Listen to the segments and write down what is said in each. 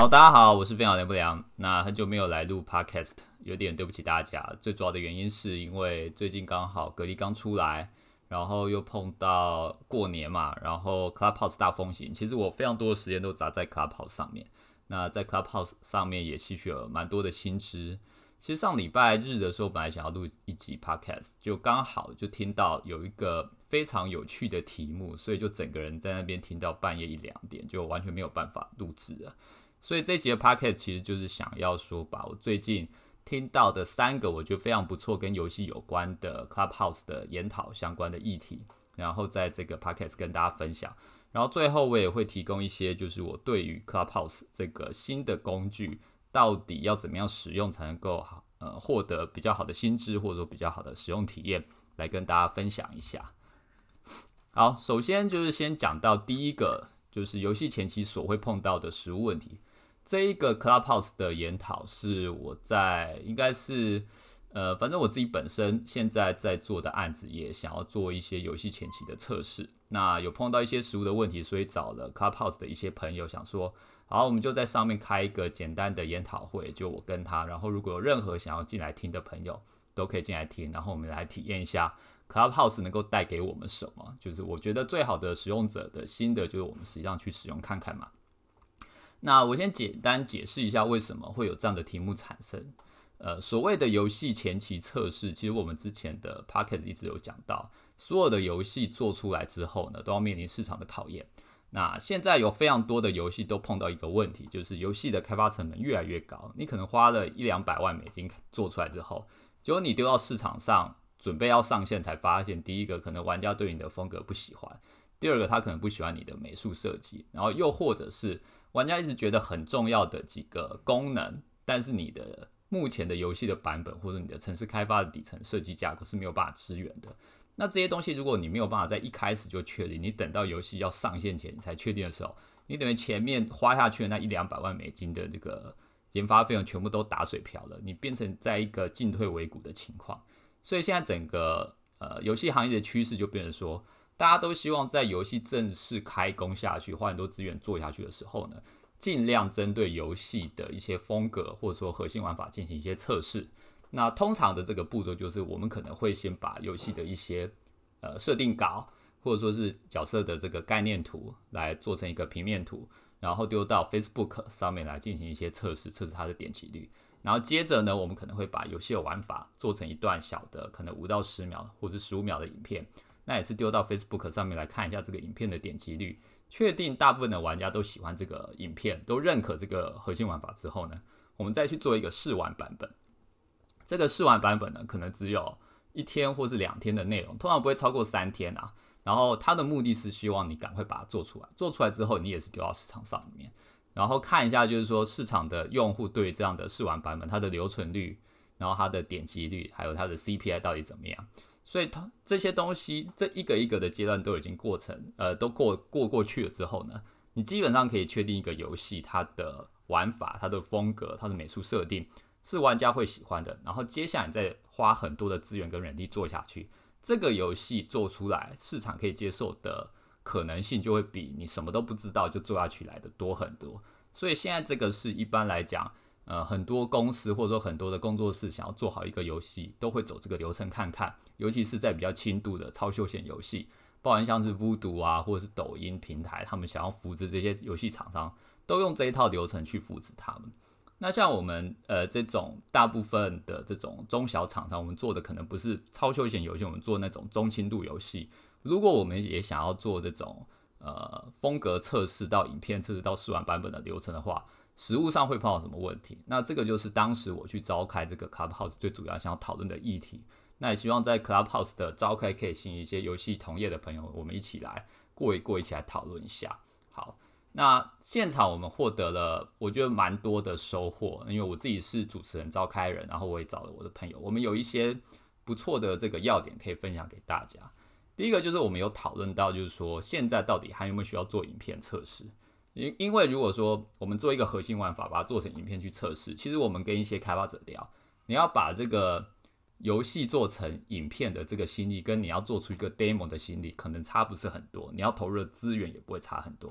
好，大家好，我是分享梁不良。那很久没有来录 podcast， 有点对不起大家。最主要的原因是因为最近刚好隔离刚出来，然后又碰到过年嘛，然后 Clubhouse 大风行，其实我非常多的时间都砸在 Clubhouse 上面。那在 Clubhouse 上面也吸取了蛮多的新知。其实上礼拜日的时候，本来想要录一集 podcast， 就刚好就听到有一个非常有趣的题目，所以就整个人在那边听到半夜1、2点，就完全没有办法录制了。所以这一集的 podcast 其实就是想要说，把我最近听到的3个我觉得非常不错跟游戏有关的 Clubhouse 的研讨相关的议题，然后在这个 podcast 跟大家分享。然后最后我也会提供一些，就是我对于 Clubhouse 这个新的工具到底要怎么样使用才能够获得比较好的新知，或者说比较好的使用体验，来跟大家分享一下。好，首先就是先讲到第一个，就是游戏前期所会碰到的实务问题。这一个 Clubhouse 的研讨是我在应该是反正我自己本身现在在做的案子，也想要做一些游戏前期的测试。那有碰到一些实务的问题，所以找了 Clubhouse 的一些朋友，想说，好，我们就在上面开一个简单的研讨会，就我跟他，然后如果有任何想要进来听的朋友，都可以进来听，然后我们来体验一下 Clubhouse 能够带给我们什么。就是我觉得最好的使用者的心得，就是我们实际上去使用看看嘛。那我先简单解释一下为什么会有这样的题目产生。所谓的游戏前期测试，其实我们之前的 podcast 一直有讲到，所有的游戏做出来之后呢，都要面临市场的考验。那现在有非常多的游戏都碰到一个问题，就是游戏的开发成本越来越高。你可能花了100-200万美金做出来之后，结果你丢到市场上，准备要上线才发现，第一个可能玩家对你的风格不喜欢，第二个他可能不喜欢你的美术设计，然后又或者是玩家一直觉得很重要的几个功能，但是你的目前的游戏的版本或者你的程式开发的底层设计架构是没有办法支援的。那这些东西如果你没有办法在一开始就确定，你等到游戏要上线前你才确定的时候，你等于前面花下去的那100-200万美金的这个研发费用全部都打水漂了，你变成在一个进退维谷的情况。所以现在整个游戏行业的趋势就变成说，大家都希望在游戏正式开工下去，花很多资源做下去的时候呢，尽量针对游戏的一些风格或者说核心玩法进行一些测试。那通常的这个步骤就是，我们可能会先把游戏的一些设定稿，或者说是角色的这个概念图来做成一个平面图，然后丢到 Facebook 上面来进行一些测试，测试它的点击率。然后接着呢，我们可能会把游戏的玩法做成一段小的，可能5到10秒或者15秒的影片，那也是丢到 Facebook 上面来看一下这个影片的点击率，确定大部分的玩家都喜欢这个影片，都认可这个核心玩法之后呢，我们再去做一个试玩版本。这个试玩版本呢，可能只有1天或是2天的内容，通常不会超过3天啊。然后它的目的是希望你赶快把它做出来，做出来之后你也是丢到市场上里面，然后看一下就是说市场的用户对这样的试玩版本它的留存率，然后它的点击率，还有它的 CPI 到底怎么样。所以这些东西这一个一个的阶段都已经都过去了之后呢，你基本上可以确定一个游戏它的玩法、它的风格、它的美术设定是玩家会喜欢的，然后接下来你再花很多的资源跟人力做下去，这个游戏做出来市场可以接受的可能性就会比你什么都不知道就做下去来的多很多。所以现在这个是一般来讲很多公司或者说很多的工作室想要做好一个游戏，都会走这个流程看看，尤其是在比较轻度的超休闲游戏，包含像是 Voodoo 啊或者是抖音平台，他们想要扶持这些游戏厂商，都用这一套流程去扶持他们。那像我们这种大部分的这种中小厂商，我们做的可能不是超休闲游戏，我们做那种中轻度游戏。如果我们也想要做这种风格测试到影片测试到试玩版本的流程的话，实务上会碰到什么问题？那这个就是当时我去召开这个 Clubhouse 最主要想要讨论的议题。那也希望在 Clubhouse 的召开可以吸引一些游戏同业的朋友，我们一起来过一过，一起来讨论一下。好。那现场我们获得了我觉得蛮多的收获，因为我自己是主持人召开人，然后我也找了我的朋友，我们有一些不错的这个要点可以分享给大家。第一个就是我们有讨论到，就是说现在到底还有没有需要做影片测试？因为如果说我们做一个核心玩法，把它做成影片去测试，其实我们跟一些开发者聊，你要把这个游戏做成影片的这个心力，跟你要做出一个 demo 的心力，可能差不是很多，你要投入的资源也不会差很多。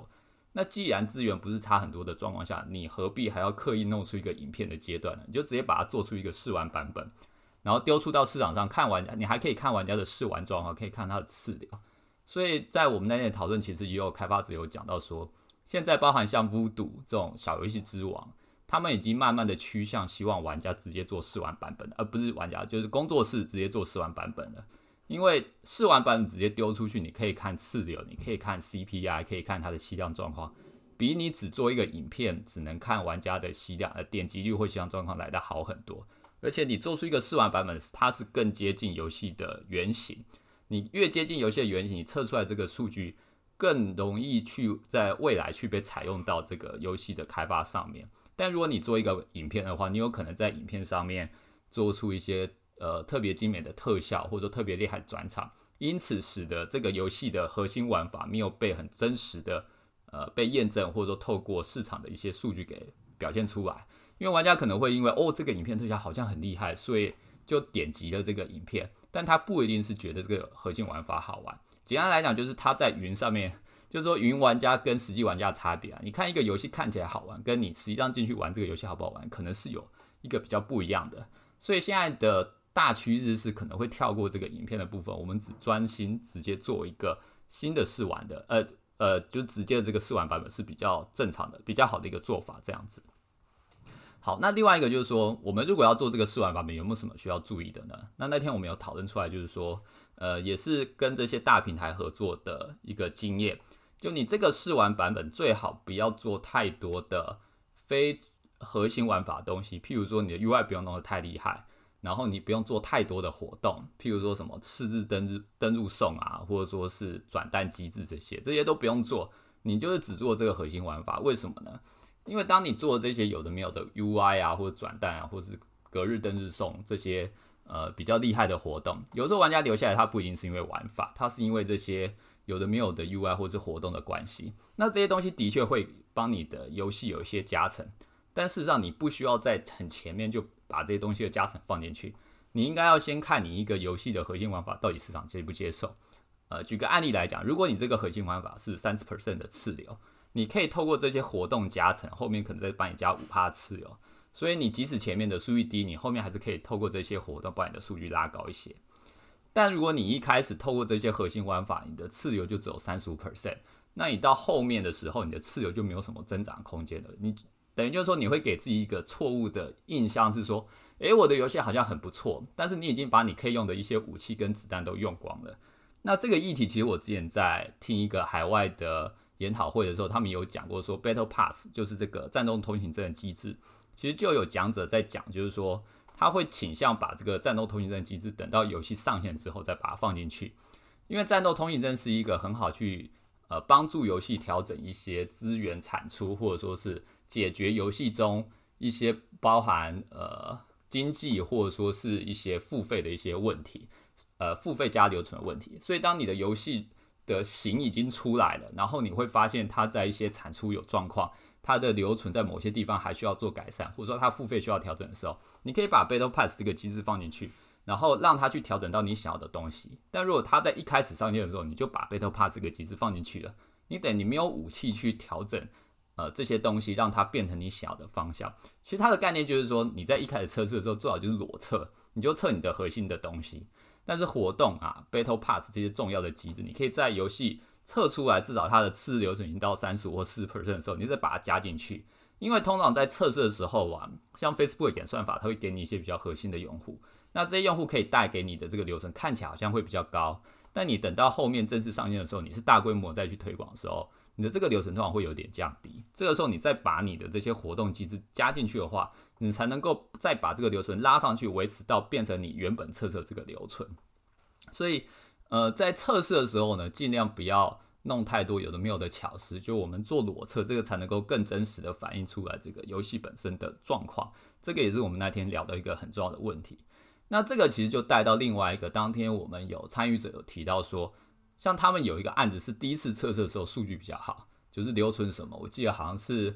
那既然资源不是差很多的状况下，你何必还要刻意弄出一个影片的阶段呢？你就直接把它做出一个试玩版本，然后丢出到市场上看玩家，你还可以看玩家的试玩状况，可以看他的次流。所以在我们那天的讨论，其实也有开发者有讲到说，现在包含像 Voodoo 这种小游戏之王，他们已经慢慢的趋向希望玩家直接做试玩版本，而不是玩家就是工作室直接做试玩版本了。因为试玩版本直接丢出去，你可以看次流，你可以看 CPI， 可以看它的吸量状况，比你只做一个影片只能看玩家的吸量、点击率或吸量状况来的好很多。而且你做出一个试玩版本，它是更接近游戏的原型。你越接近游戏的原型，你测出来这个数据更容易去在未来去被采用到这个游戏的开发上面。但如果你做一个影片的话，你有可能在影片上面做出一些特别精美的特效，或者说特别厉害的转场，因此使得这个游戏的核心玩法没有被很真实的被验证，或者说透过市场的一些数据给表现出来。因为玩家可能会因为这个影片特效好像很厉害，所以就点击了这个影片，但他不一定是觉得这个核心玩法好玩。简单来讲，就是他在云上面，就是说云玩家跟实际玩家的差别啊。你看一个游戏看起来好玩，跟你实际上进去玩这个游戏好不好玩，可能是有一个比较不一样的。所以现在的大趋势是可能会跳过这个影片的部分，我们只专心直接做一个新的试玩的，就直接的这个试玩版本是比较正常的、比较好的一个做法，这样子。好，那另外一个就是说，我们如果要做这个试玩版本，有没有什么需要注意的呢？那天我们有讨论出来，就是说，也是跟这些大平台合作的一个经验，就你这个试玩版本最好不要做太多的非核心玩法的东西，譬如说你的 UI 不用弄得太厉害，然后你不用做太多的活动，譬如说什么次日登入送啊，或者说是转蛋机制这些都不用做，你就是只做这个核心玩法。为什么呢？因为当你做这些有的没有的 UI 啊，或者转蛋啊，或者是隔日登日送这些比较厉害的活动，有时候玩家留下来，他不一定是因为玩法，他是因为这些有的没有的 UI 或者是活动的关系。那这些东西的确会帮你的游戏有一些加成，但事实上你不需要在很前面就把这些东西的加成放进去，你应该要先看你一个游戏的核心玩法到底市场接不接受。举个案例来讲，如果你这个核心玩法是 30% 的次流，你可以透过这些活动加成，后面可能再帮你加 5% 次流，所以你即使前面的数据低，你后面还是可以透过这些活动把你的数据拉高一些。但如果你一开始透过这些核心玩法，你的次流就只有 35%， 那你到后面的时候，你的次流就没有什么增长空间了。你等于就是说，你会给自己一个错误的印象，是说，我的游戏好像很不错，但是你已经把你可以用的一些武器跟子弹都用光了。那这个议题，其实我之前在听一个海外的研讨会的时候，他们有讲过说 Battle Pass 就是这个战斗通行证的机制，其实就有讲者在讲，就是说他会倾向把这个战斗通行证机制等到游戏上线之后再把它放进去，因为战斗通行证是一个很好去帮助游戏调整一些资源产出，或者说是解决游戏中一些包含经济或者说是一些付费的一些问题，付费加留存的问题。所以当你的游戏的型已经出来了，然后你会发现它在一些产出有状况，它的留存在某些地方还需要做改善，或者说它付费需要调整的时候，你可以把 Battle Pass 这个机制放进去，然后让它去调整到你想要的东西。但如果它在一开始上线的时候，你就把 Battle Pass 这个机制放进去了，你等你没有武器去调整这些东西，让它变成你想要的方向。其实它的概念就是说，你在一开始测试的时候，最好就是裸测，你就测你的核心的东西。但是活动啊 ，Battle Pass 这些重要的机制，你可以在游戏测出来，至少它的次流存已经到35%或4% 的时候，你再把它加进去。因为通常在测试的时候啊，像 Facebook 的演算法，它会给你一些比较核心的用户，那这些用户可以带给你的这个流程看起来好像会比较高，但你等到后面正式上线的时候，你是大规模再去推广的时候，你的这个流程通常会有点降低。这个时候你再把你的这些活动机制加进去的话，你才能够再把这个流程拉上去，维持到变成你原本测试这个流程。所以在测试的时候呢，尽量不要弄太多有的没有的巧思，就我们做裸测，这个才能够更真实的反映出来这个游戏本身的状况。这个也是我们那天聊的一个很重要的问题。那这个其实就带到另外一个，当天我们有参与者有提到说，像他们有一个案子是第一次测试的时候数据比较好，就是留存什么，我记得好像是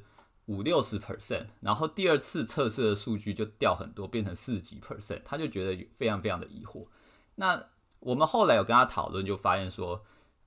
50-60%，然后第二次测试的数据就掉很多，变成40几%，他就觉得非常非常的疑惑。那我们后来有跟他讨论，就发现说，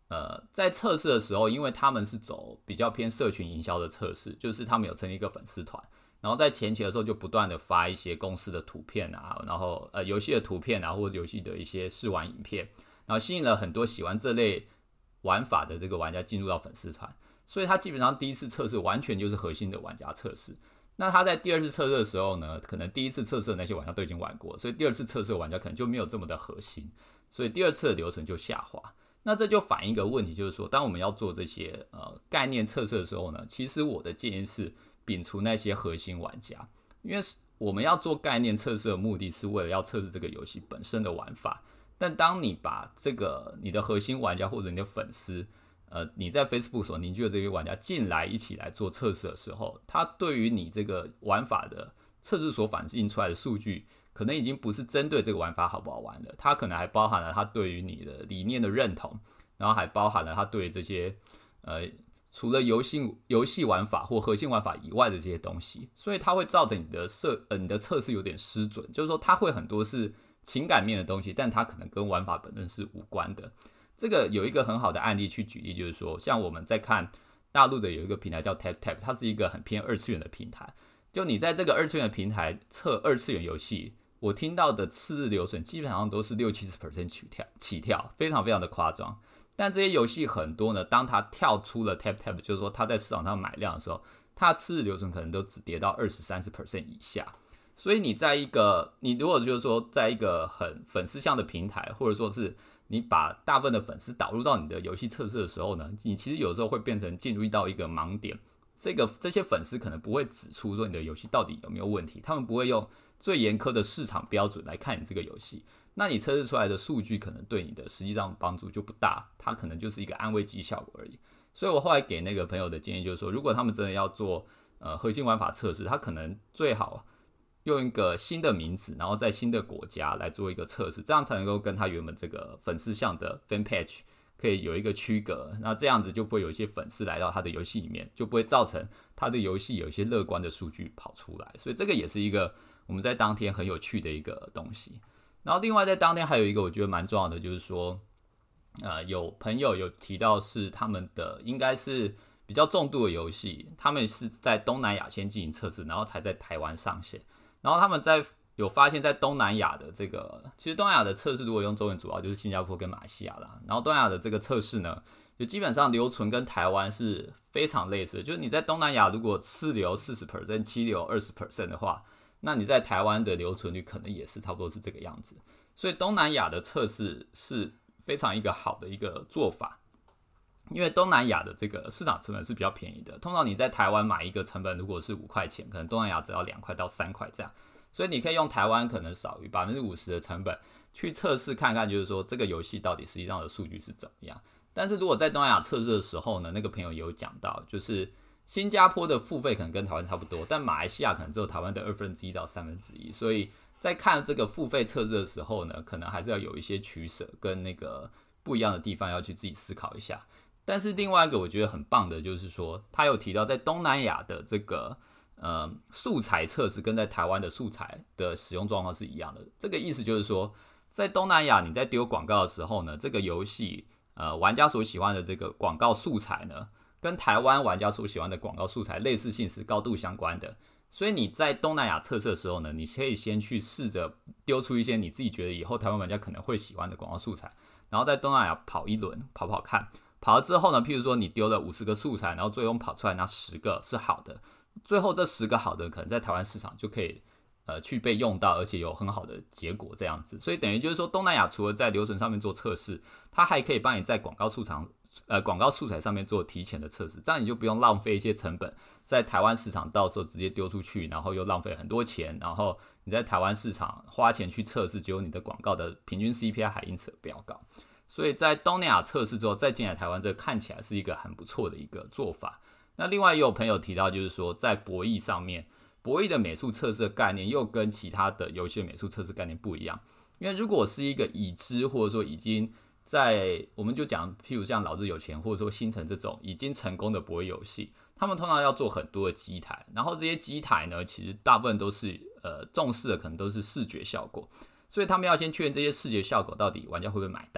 在测试的时候，因为他们是走比较偏社群营销的测试，就是他们有成立一个粉丝团，然后在前期的时候就不断的发一些公司的图片啊，然后游戏的图片啊，或者游戏的一些试玩影片，然后吸引了很多喜欢这类玩法的这个玩家进入到粉丝团，所以他基本上第一次测试完全就是核心的玩家测试。那他在第二次测试的时候呢，可能第一次测试的那些玩家都已经玩过，所以第二次测试的玩家可能就没有这么的核心，所以第二次的流程就下滑。那这就反映一个问题，就是说，当我们要做这些概念测试的时候呢，其实我的建议是摒除那些核心玩家，因为我们要做概念测试的目的是为了要测试这个游戏本身的玩法。但当你把这个你的核心玩家或者你的粉丝，你在 Facebook 所凝聚的这些玩家进来一起来做测试的时候，他对于你这个玩法的测试所反映出来的数据，可能已经不是针对这个玩法好不好玩了，它可能还包含了他对于你的理念的认同，然后还包含了他对于这些除了游戏玩法或核心玩法以外的这些东西，所以它会造成你的测试有点失准，就是说它会很多是情感面的东西，但它可能跟玩法本身是无关的。这个有一个很好的案例去举例，就是说像我们在看大陆的有一个平台叫 TapTap， 它是一个很偏二次元的平台，就你在这个二次元的平台测二次元游戏，我听到的次日流程基本上都是60-70% 起跳，非常非常的夸张。但这些游戏很多呢，当它跳出了 TapTap， 就是说它在市场上买量的时候，它的次日流程可能都只跌到20-30% 以下。所以你如果就是说在一个很粉丝向的平台，或者说是你把大部分的粉丝导入到你的游戏测试的时候呢，你其实有时候会变成进入到一个盲点。这些粉丝可能不会指出说你的游戏到底有没有问题，他们不会用最严苛的市场标准来看你这个游戏，那你测试出来的数据可能对你的实际上帮助就不大，它可能就是一个安慰剂效果而已。所以我后来给那个朋友的建议就是说，如果他们真的要做核心玩法测试，他可能最好用一个新的名字，然后在新的国家来做一个测试，这样才能够跟他原本这个粉丝向的 fan page 可以有一个区隔，那这样子就不会有一些粉丝来到他的游戏里面，就不会造成他的游戏有一些乐观的数据跑出来。所以这个也是一个我们在当天很有趣的一个东西。然后另外在当天还有一个我觉得蛮重要的，就是说有朋友有提到是他们的应该是比较重度的游戏，他们是在东南亚先进行测试，然后才在台湾上线。然后他们有发现，在东南亚的其实东南亚的测试如果用中文主要就是新加坡跟马来西亚啦。然后东南亚的这个测试呢，就基本上留存跟台湾是非常类似的，就是你在东南亚如果次流 40%、七流 20% 的话，那你在台湾的留存率可能也是差不多是这个样子。所以东南亚的测试是非常一个好的一个做法，因为东南亚的这个市场成本是比较便宜的，通常你在台湾买一个成本如果是5块钱，可能东南亚只要2块到3块这样，所以你可以用台湾可能少于 50% 的成本去测试看看，就是说这个游戏到底实际上的数据是怎么样。但是如果在东南亚测试的时候呢，那个朋友有讲到，就是新加坡的付费可能跟台湾差不多，但马来西亚可能只有台湾的1/2到1/3，所以在看这个付费测试的时候呢，可能还是要有一些取舍跟那个不一样的地方要去自己思考一下。但是另外一个我觉得很棒的就是说，他有提到在东南亚的这个素材测试跟在台湾的素材的使用状况是一样的。这个意思就是说，在东南亚你在丢广告的时候呢，这个游戏玩家所喜欢的这个广告素材呢，跟台湾玩家所喜欢的广告素材类似性是高度相关的。所以你在东南亚测试的时候呢，你可以先去试着丢出一些你自己觉得以后台湾玩家可能会喜欢的广告素材，然后在东南亚跑一轮，跑看。跑了之后呢，譬如说你丢了50个素材，然后最终跑出来那10个是好的，最后这10个好的可能在台湾市场就可以去被用到，而且有很好的结果这样子。所以等于就是说，东南亚除了在留存上面做测试，它还可以帮你在广告素材上面做提前的测试，这样你就不用浪费一些成本在台湾市场，到时候直接丢出去，然后又浪费很多钱，然后你在台湾市场花钱去测试，结果你的广告的平均 CPI 还因此飙高。所以在东南亚测试之后再进来台湾，这看起来是一个很不错的一个做法。那另外也有朋友提到，就是说在博弈上面，博弈的美术测试的概念又跟其他的游戏的美术测试概念不一样。因为如果是一个已知或者说已经我们就讲譬如像老子有钱或者说星辰这种已经成功的博弈游戏，他们通常要做很多的机台，然后这些机台呢，其实大部分都是重视的可能都是视觉效果，所以他们要先确认这些视觉效果到底玩家会不会买单。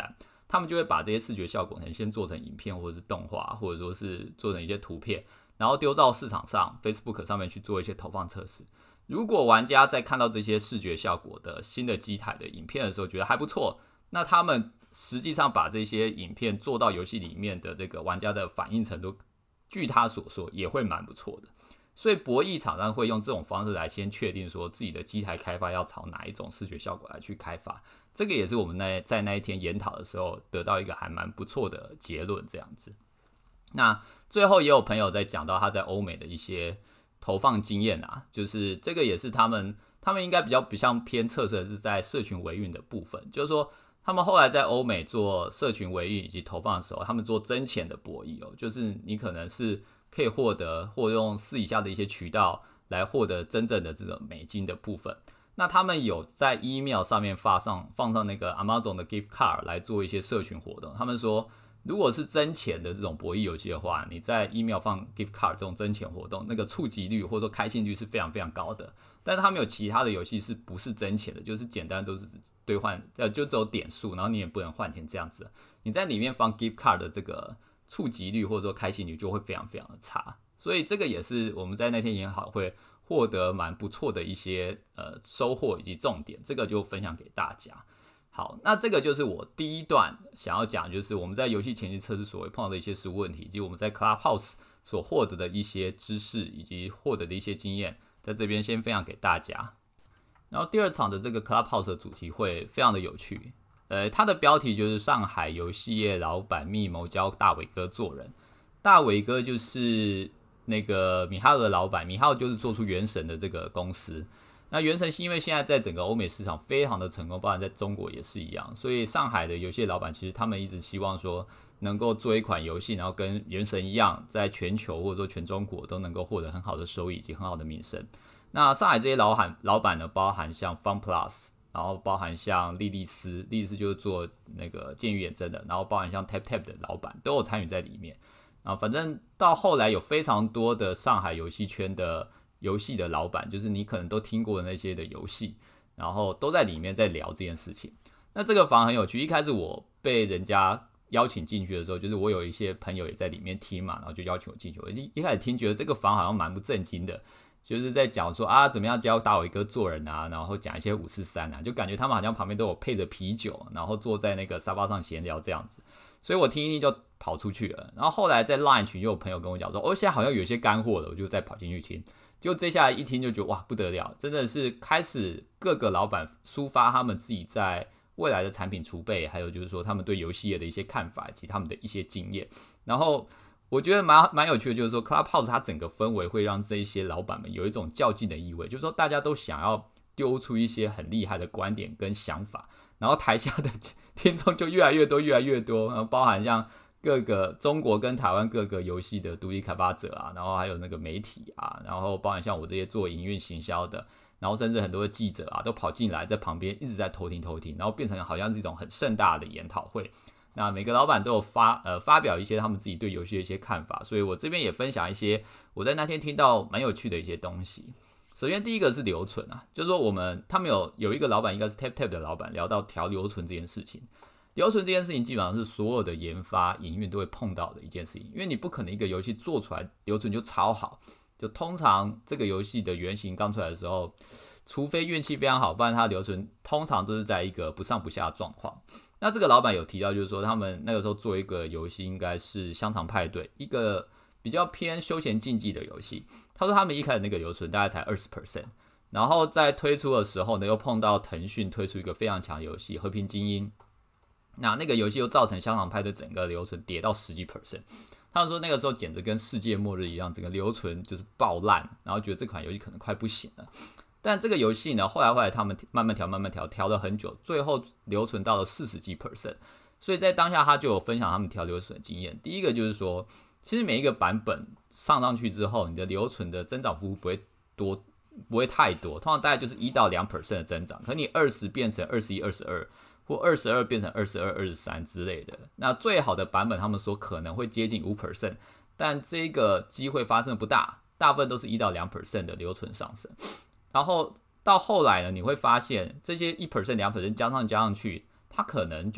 他们就会把这些视觉效果先做成影片或者是动画，或者说是做成一些图片，然后丢到市场上 Facebook 上面去做一些投放测试。如果玩家在看到这些视觉效果的新的机台的影片的时候觉得还不错，那他们实际上把这些影片做到游戏里面的这个玩家的反应程度，据他所说也会蛮不错的。所以博弈厂商会用这种方式来先确定说自己的机台开发要朝哪一种视觉效果来去开发，这个也是我们在那一天研讨的时候得到一个还蛮不错的结论这样子。那最后也有朋友在讲到他在欧美的一些投放经验啊，就是这个也是他们应该比较像偏测试的是在社群维运的部分，就是说他们后来在欧美做社群维运以及投放的时候，他们做真钱的博弈哦，就是你可能是可以获得或用私底下的一些渠道来获得真正的这种美金的部分。那他们有在 email 上面放上那个 Amazon 的 gift card 来做一些社群活动。他们说，如果是真钱的这种博弈游戏的话，你在 email 放 gift card 这种真钱活动，那个触及率或者说开信率是非常非常高的。但是他们有其他的游戏是不是真钱的，就是简单都是兑换，就只有点数，然后你也不能换钱这样子。你在里面放 gift card 的这个触及率或者说开信率就会非常非常的差，所以这个也是我们在那天研讨会获得蛮不错的一些收获以及重点，这个就分享给大家。好，那这个就是我第一段想要讲，就是我们在游戏前期测试所会碰到的一些实务问题，以及我们在 Clubhouse 所获得的一些知识以及获得的一些经验，在这边先分享给大家。然后第二场的这个 Clubhouse 的主题会非常的有趣，它的标题就是上海游戏业老板密谋教大伟哥做人。大伟哥就是那个米哈尔的老板，米哈尔就是做出原神的这个公司。那原神是因为现在在整个欧美市场非常的成功，包含在中国也是一样，所以上海的游戏老板其实他们一直希望说能够做一款游戏，然后跟原神一样，在全球或者说全中国都能够获得很好的收益以及很好的名声。那上海这些老板呢，包含像 FunPlus， 然后包含像莉莉丝就是做那个剑与远征的，然后包含像 TapTap 的老板都有参与在里面。啊，反正到后来有非常多的上海游戏圈的游戏的老板，就是你可能都听过的那些的游戏，然后都在里面在聊这件事情。那这个房很有趣，一开始我被人家邀请进去的时候，就是我有一些朋友也在里面听嘛，然后就邀请我进去。我一开始听觉得这个房好像蛮不正经的，就是在讲说啊怎么样教大伟哥做人啊，然后讲一些543啊，就感觉他们好像旁边都有配着啤酒，然后坐在那个沙发上闲聊这样子。所以我听一听就跑出去了。然后后来在 LINE 群又有朋友跟我讲说，现在好像有些干货了，我就再跑进去听。就接下来一听就觉得哇不得了，真的是开始各个老板抒发他们自己在未来的产品储备，还有就是说他们对游戏业的一些看法以及他们的一些经验。然后我觉得蛮有趣的，就是说 Clubhouse 它整个氛围会让这一些老板们有一种较劲的意味，就是说大家都想要丢出一些很厉害的观点跟想法，然后台下的听众就越来越多，然后包含像各个中国跟台湾各个游戏的独立开发者啊，然后还有那个媒体啊，然后包含像我这些做营运行销的，然后甚至很多的记者啊都跑进来，在旁边一直在偷听，然后变成好像是一种很盛大的研讨会。那每个老板都有发表一些他们自己对游戏的一些看法，所以我这边也分享一些我在那天听到蛮有趣的一些东西。首先第一个是留存啊，就是说他们有一个老板，应该是 TapTap 的老板，聊到调留存这件事情。留存这件事情基本上是所有的研发营运都会碰到的一件事情，因为你不可能一个游戏做出来留存就超好，就通常这个游戏的原型刚出来的时候，除非运气非常好，不然它留存通常都是在一个不上不下的状况。那这个老板有提到，就是说他们那个时候做一个游戏，应该是香肠派对，一个比较偏休闲竞技的游戏。他说他们一开始那个留存大概才 20%， 然后在推出的时候呢，又碰到腾讯推出一个非常强的游戏《和平精英》。那个游戏又造成香港派的整个留存跌到10几%，他们说那个时候简直跟世界末日一样，整个留存就是爆烂，然后觉得这款游戏可能快不行了。但这个游戏呢，后来他们慢慢调了很久，最后留存到了40几%。所以在当下他就有分享他们调留存的经验。第一个就是说，其实每一个版本上去之后，你的留存的增长幅度不会太多，通常大概就是1到2% 的增长，可你20变成21、22。或22变成22、23之类的，那最好的版本他们说可能会接近 5%， 但这个机会发生不大，大部分都是1到2% 的留存上升。然后到后来呢，你会发现这些1%、2% 加上去，它可能就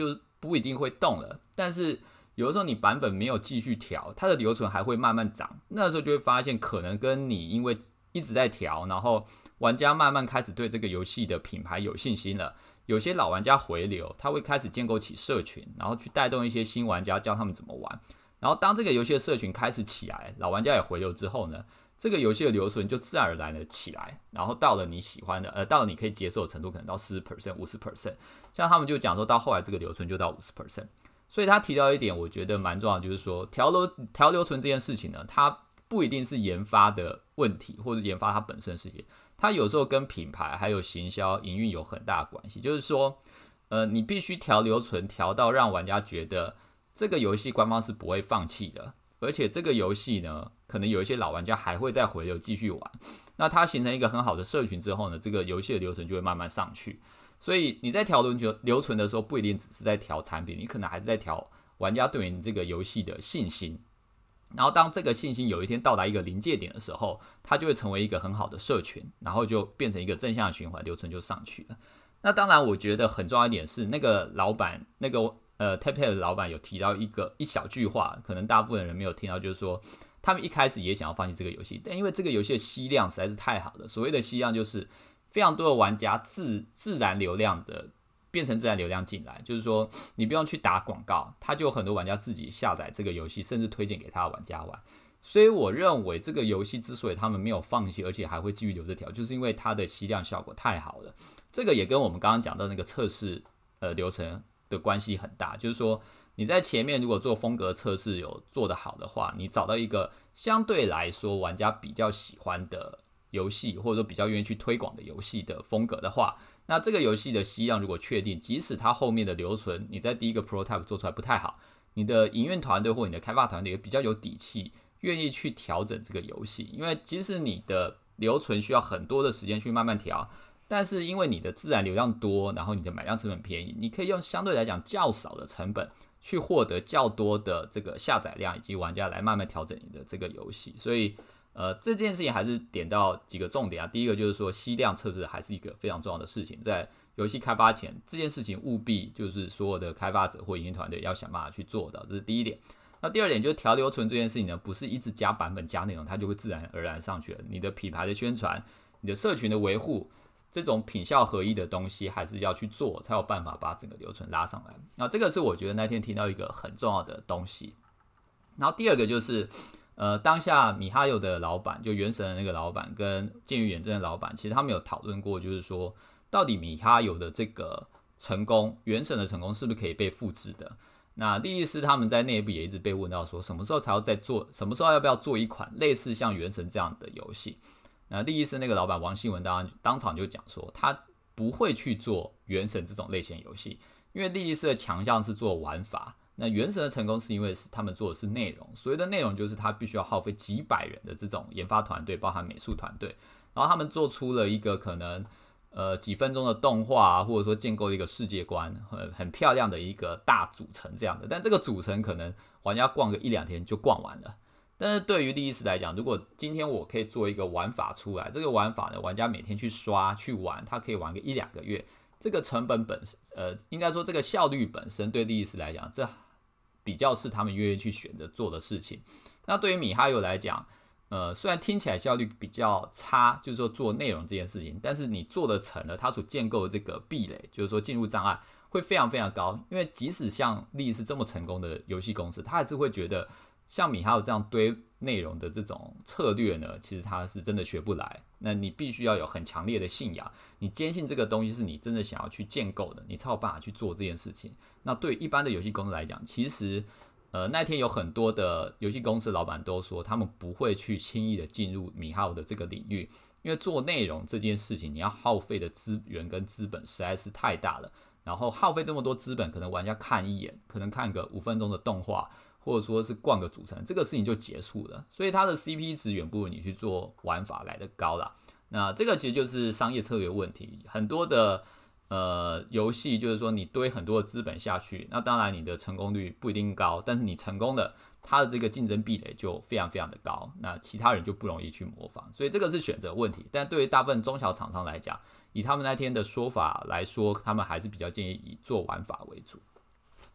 不一定会动了，但是有的时候你版本没有继续调，它的留存还会慢慢涨，那时候就会发现可能跟你因为一直在调，然后玩家慢慢开始对这个游戏的品牌有信心了，有些老玩家回流，他会开始建构起社群，然后去带动一些新玩家，教他们怎么玩。然后当这个游戏的社群开始起来，老玩家也回流之后呢，这个游戏的留存就自然而然的起来，然后到了你喜欢的，到了你可以接受的程度，可能到40%、50%。像他们就讲说到后来这个留存就到50%。所以他提到一点，我觉得蛮重要的，就是说调留存这件事情呢，它不一定是研发的问题，或者研发它本身的事情，它有时候跟品牌还有行销营运有很大的关系。就是说，你必须调留存，调到让玩家觉得这个游戏官方是不会放弃的，而且这个游戏呢，可能有一些老玩家还会再回流继续玩。那它形成一个很好的社群之后呢，这个游戏的留存就会慢慢上去。所以你在调留存的时候，不一定只是在调产品，你可能还是在调玩家对于你这个游戏的信心。然后当这个信心有一天到达一个临界点的时候，它就会成为一个很好的社群，然后就变成一个正向的循环，留存就上去了。那当然，我觉得很重要一点是，那个老板，那个TapTap 的老板有提到一小句话，可能大部分人没有听到，就是说他们一开始也想要放弃这个游戏，但因为这个游戏的吸量实在是太好了。所谓的吸量就是非常多的玩家自然流量的变成自然流量进来，就是说你不用去打广告，他就有很多玩家自己下载这个游戏，甚至推荐给他的玩家玩。所以我认为这个游戏之所以他们没有放弃，而且还会继续留着调，就是因为它的吸量效果太好了。这个也跟我们刚刚讲到那个测试流程的关系很大，就是说你在前面如果做风格测试有做得好的话，你找到一个相对来说玩家比较喜欢的游戏，或者说比较愿意去推广的游戏的风格的话，那这个游戏的吸量如果确定，即使它后面的留存你在第一个 prototype 做出来不太好，你的营运团队或你的开发团队也比较有底气，愿意去调整这个游戏。因为即使你的留存需要很多的时间去慢慢调，但是因为你的自然流量多，然后你的买量成本便宜，你可以用相对来讲较少的成本去获得较多的这个下载量，以及玩家来慢慢调整你的这个游戏。所以这件事情还是点到几个重点啊。第一个就是说吸量测试还是一个非常重要的事情，在游戏开发前这件事情务必就是所有的开发者或营运团队要想办法去做到，这是第一点。那第二点就是调留存这件事情呢，不是一直加版本加内容它就会自然而然上去了，你的品牌的宣传，你的社群的维护，这种品效合一的东西还是要去做，才有办法把整个留存拉上来。那这个是我觉得那天听到一个很重要的东西。然后第二个就是当下米哈游的老板，就原神的那个老板跟剑与远征的老板，其实他们有讨论过，就是说到底米哈游的这个成功，原神的成功是不是可以被复制的？那利益师他们在内部也一直被问到说，什么时候才要再做，什么时候要不要做一款类似像原神这样的游戏？那利益师那个老板王新文当场就讲说，他不会去做原神这种类型游戏，因为利益师的强项是做玩法。那原神的成功是因为他们做的是内容，所谓的内容就是他必须要耗费几百人的这种研发团队，包含美术团队，然后他们做出了一个可能几分钟的动画或者说建构一个世界观，很漂亮的一个大组成这样的，但这个组成可能玩家逛个1-2天就逛完了。但是对于利益师来讲，如果今天我可以做一个玩法出来，这个玩法呢，玩家每天去刷去玩，他可以玩个1-2个月，这个成本应该说这个效率本身对利益师来讲，这比较是他们愿意去选择做的事情。那对于米哈游来讲，虽然听起来效率比较差，就是说做内容这件事情，但是你做的成了，它所建构的这个壁垒，就是说进入障碍会非常非常高。因为即使像利益是这么成功的游戏公司，他还是会觉得像米哈游这样堆内容的这种策略呢，其实他是真的学不来。那你必须要有很强烈的信仰，你坚信这个东西是你真的想要去建构的，你才有办法去做这件事情。那对于一般的游戏公司来讲，其实那天有很多的游戏公司老板都说，他们不会去轻易的进入米哈游的这个领域，因为做内容这件事情，你要耗费的资源跟资本实在是太大了。然后耗费这么多资本，可能玩家看一眼，可能看个5分钟的动画，或者说是逛个组成，这个事情就结束了。所以它的 CP 值远不如你去做玩法来得高啦。那这个其实就是商业策略问题，很多的游戏就是说你堆很多的资本下去，那当然你的成功率不一定高，但是你成功了，它的这个竞争壁垒就非常非常的高，那其他人就不容易去模仿，所以这个是选择问题。但对于大部分中小厂商来讲，以他们那天的说法来说，他们还是比较建议以做玩法为主。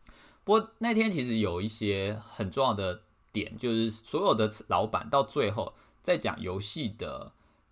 不过那天其实有一些很重要的点，就是所有的老板到最后在讲游戏的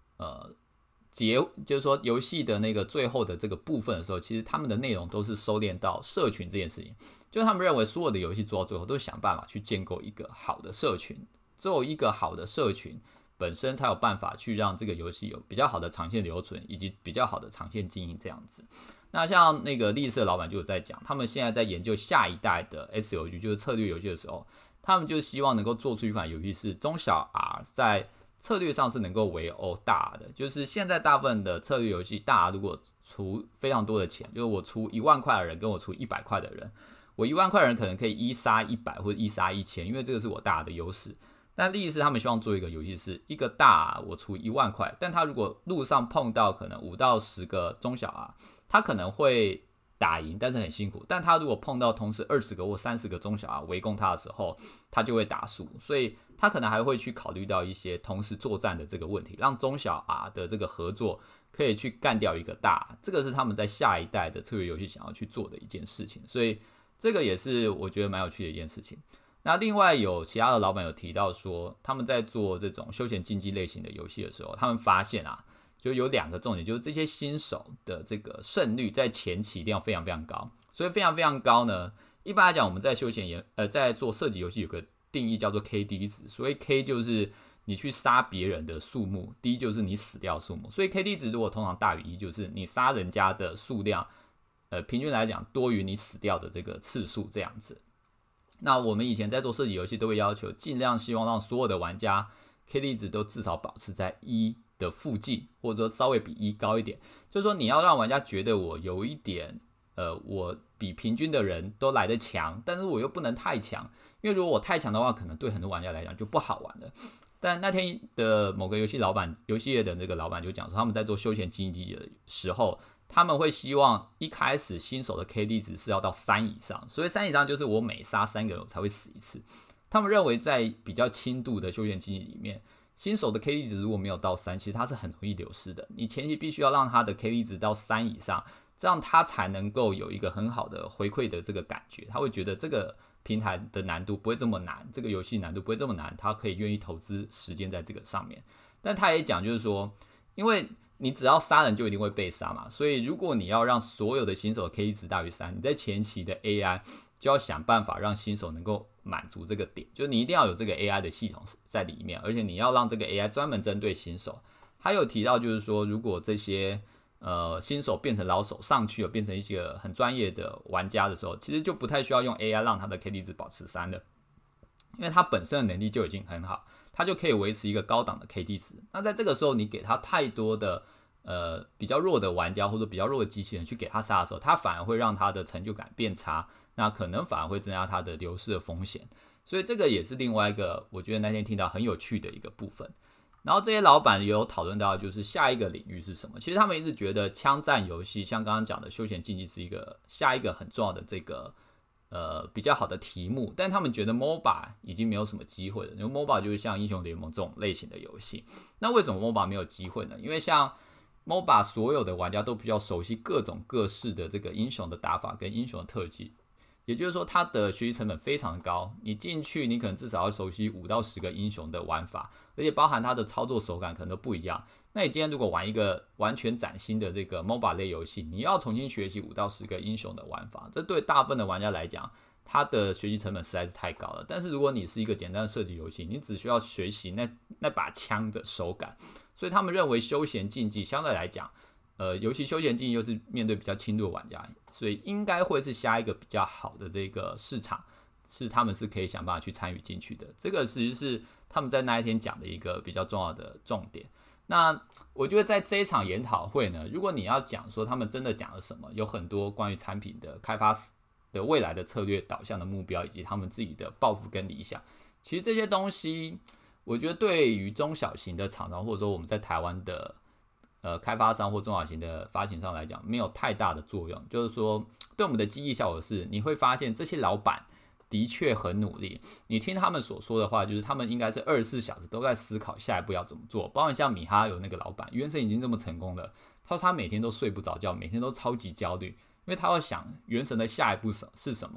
就是说游戏的那个最后的这个部分的时候，其实他们的内容都是收敛到社群这件事情。就是他们认为所有的游戏做到最后都想办法去建构一个好的社群，只有一个好的社群本身才有办法去让这个游戏有比较好的长线留存，以及比较好的长线经营这样子。那像那个立色老板就有在讲，他们现在在研究下一代的 SLG， 就是策略游戏的时候，他们就希望能够做出一款游戏是中小 R 在策略上是能够围殴大的。就是现在大部分的策略游戏，大 R 如果出非常多的钱，就是我出1万块的人跟我出100块的人，我1万块的人可能可以1杀100或者1杀1000，因为这个是我大 R 的优势。但利益是他们希望做一个游戏，是一个大 R 我出1万块，但他如果路上碰到可能5到10个中小 R， 他可能会打赢，但是很辛苦。但他如果碰到同时20个或30个中小 R 围攻他的时候，他就会打输。所以他可能还会去考虑到一些同时作战的这个问题，让中小 R 的这个合作可以去干掉一个大 R。这个是他们在下一代的策略游戏想要去做的一件事情，所以这个也是我觉得蛮有趣的一件事情。那另外有其他的老板有提到说，他们在做这种休闲竞技类型的游戏的时候，他们发现就有2个重点，就是这些新手的这个胜率在前期一定要非常非常高。所以非常非常高呢，一般来讲我们在休闲在做射击游戏有个定义叫做 KD 值，所以 K 就是你去杀别人的数目， D 就是你死掉的数目。所以 KD 值如果通常大于1，就是你杀人家的数量平均来讲多于你死掉的这个次数这样子。那我们以前在做射击游戏都会要求尽量希望让所有的玩家 KD 值都至少保持在1的附近，或者说稍微比1高一点。就是说你要让玩家觉得我有一点我比平均的人都来得强，但是我又不能太强，因为如果我太强的话，可能对很多玩家来讲就不好玩了。但那天的某个游戏业的那个老板就讲说，他们在做休闲竞技的时候，他们会希望一开始新手的 KD 值是要到3以上，所以3以上就是我每杀3个人我才会死一次。他们认为在比较轻度的休闲竞技里面，新手的 KD 值如果没有到3，其实他是很容易流失的。你前期必须要让他的 KD 值到3以上，这样他才能够有一个很好的回馈的这个感觉，他会觉得这个平台的难度不会这么难，这个游戏难度不会这么难，他可以愿意投资时间在这个上面。但他也讲就是说，因为你只要杀人就一定会被杀嘛，所以如果你要让所有的新手的 KD 值大于3，你在前期的 AI 就要想办法让新手能够满足这个点，就是你一定要有这个 AI 的系统在里面，而且你要让这个 AI 专门针对新手。还有提到就是说，如果这些新手变成老手上去了，变成一些很专业的玩家的时候，其实就不太需要用 AI 让他的 KD 值保持3了，因为他本身的能力就已经很好，他就可以维持一个高档的 KD 值。那在这个时候你给他太多的比较弱的玩家或者比较弱的机器人去给他杀的时候，他反而会让他的成就感变差，那可能反而会增加他的流失的风险。所以这个也是另外一个我觉得那天听到很有趣的一个部分。然后这些老板也有讨论到，就是下一个领域是什么。其实他们一直觉得枪战游戏，像刚刚讲的休闲竞技是下一个很重要的这个比较好的题目，但他们觉得 MOBA 已经没有什么机会了，因为 MOBA 就是像英雄联盟这种类型的游戏。那为什么 MOBA 没有机会呢？因为像 MOBA 所有的玩家都比较熟悉各种各式的这个英雄的打法跟英雄的特技，也就是说它的学习成本非常高，你进去你可能至少要熟悉5到10个英雄的玩法，而且包含它的操作手感可能都不一样。那你今天如果玩一个完全崭新的这个 MOBA 类游戏，你要重新学习5到10个英雄的玩法，这对大部分的玩家来讲，它的学习成本实在是太高了。但是如果你是一个简单的射击游戏，你只需要学习那把枪的手感，所以他们认为休闲竞技相对来讲尤其休闲竞技又是面对比较轻度的玩家，所以应该会是下一个比较好的这个市场，是他们是可以想办法去参与进去的。这个其实是他们在那一天讲的一个比较重要的重点。那我觉得在这一场研讨会呢，如果你要讲说他们真的讲了什么，有很多关于产品的开发的未来的策略导向的目标，以及他们自己的抱负跟理想。其实这些东西，我觉得对于中小型的厂商，或者说我们在台湾的开发商或中小型的发行商来讲，没有太大的作用。就是说，对我们的激励效果是，你会发现这些老板的确很努力。你听他们所说的话，就是他们应该是24小时都在思考下一步要怎么做。包括像米哈游那个老板，原神已经这么成功了，他说他每天都睡不着觉，每天都超级焦虑，因为他要想原神的下一步是什么。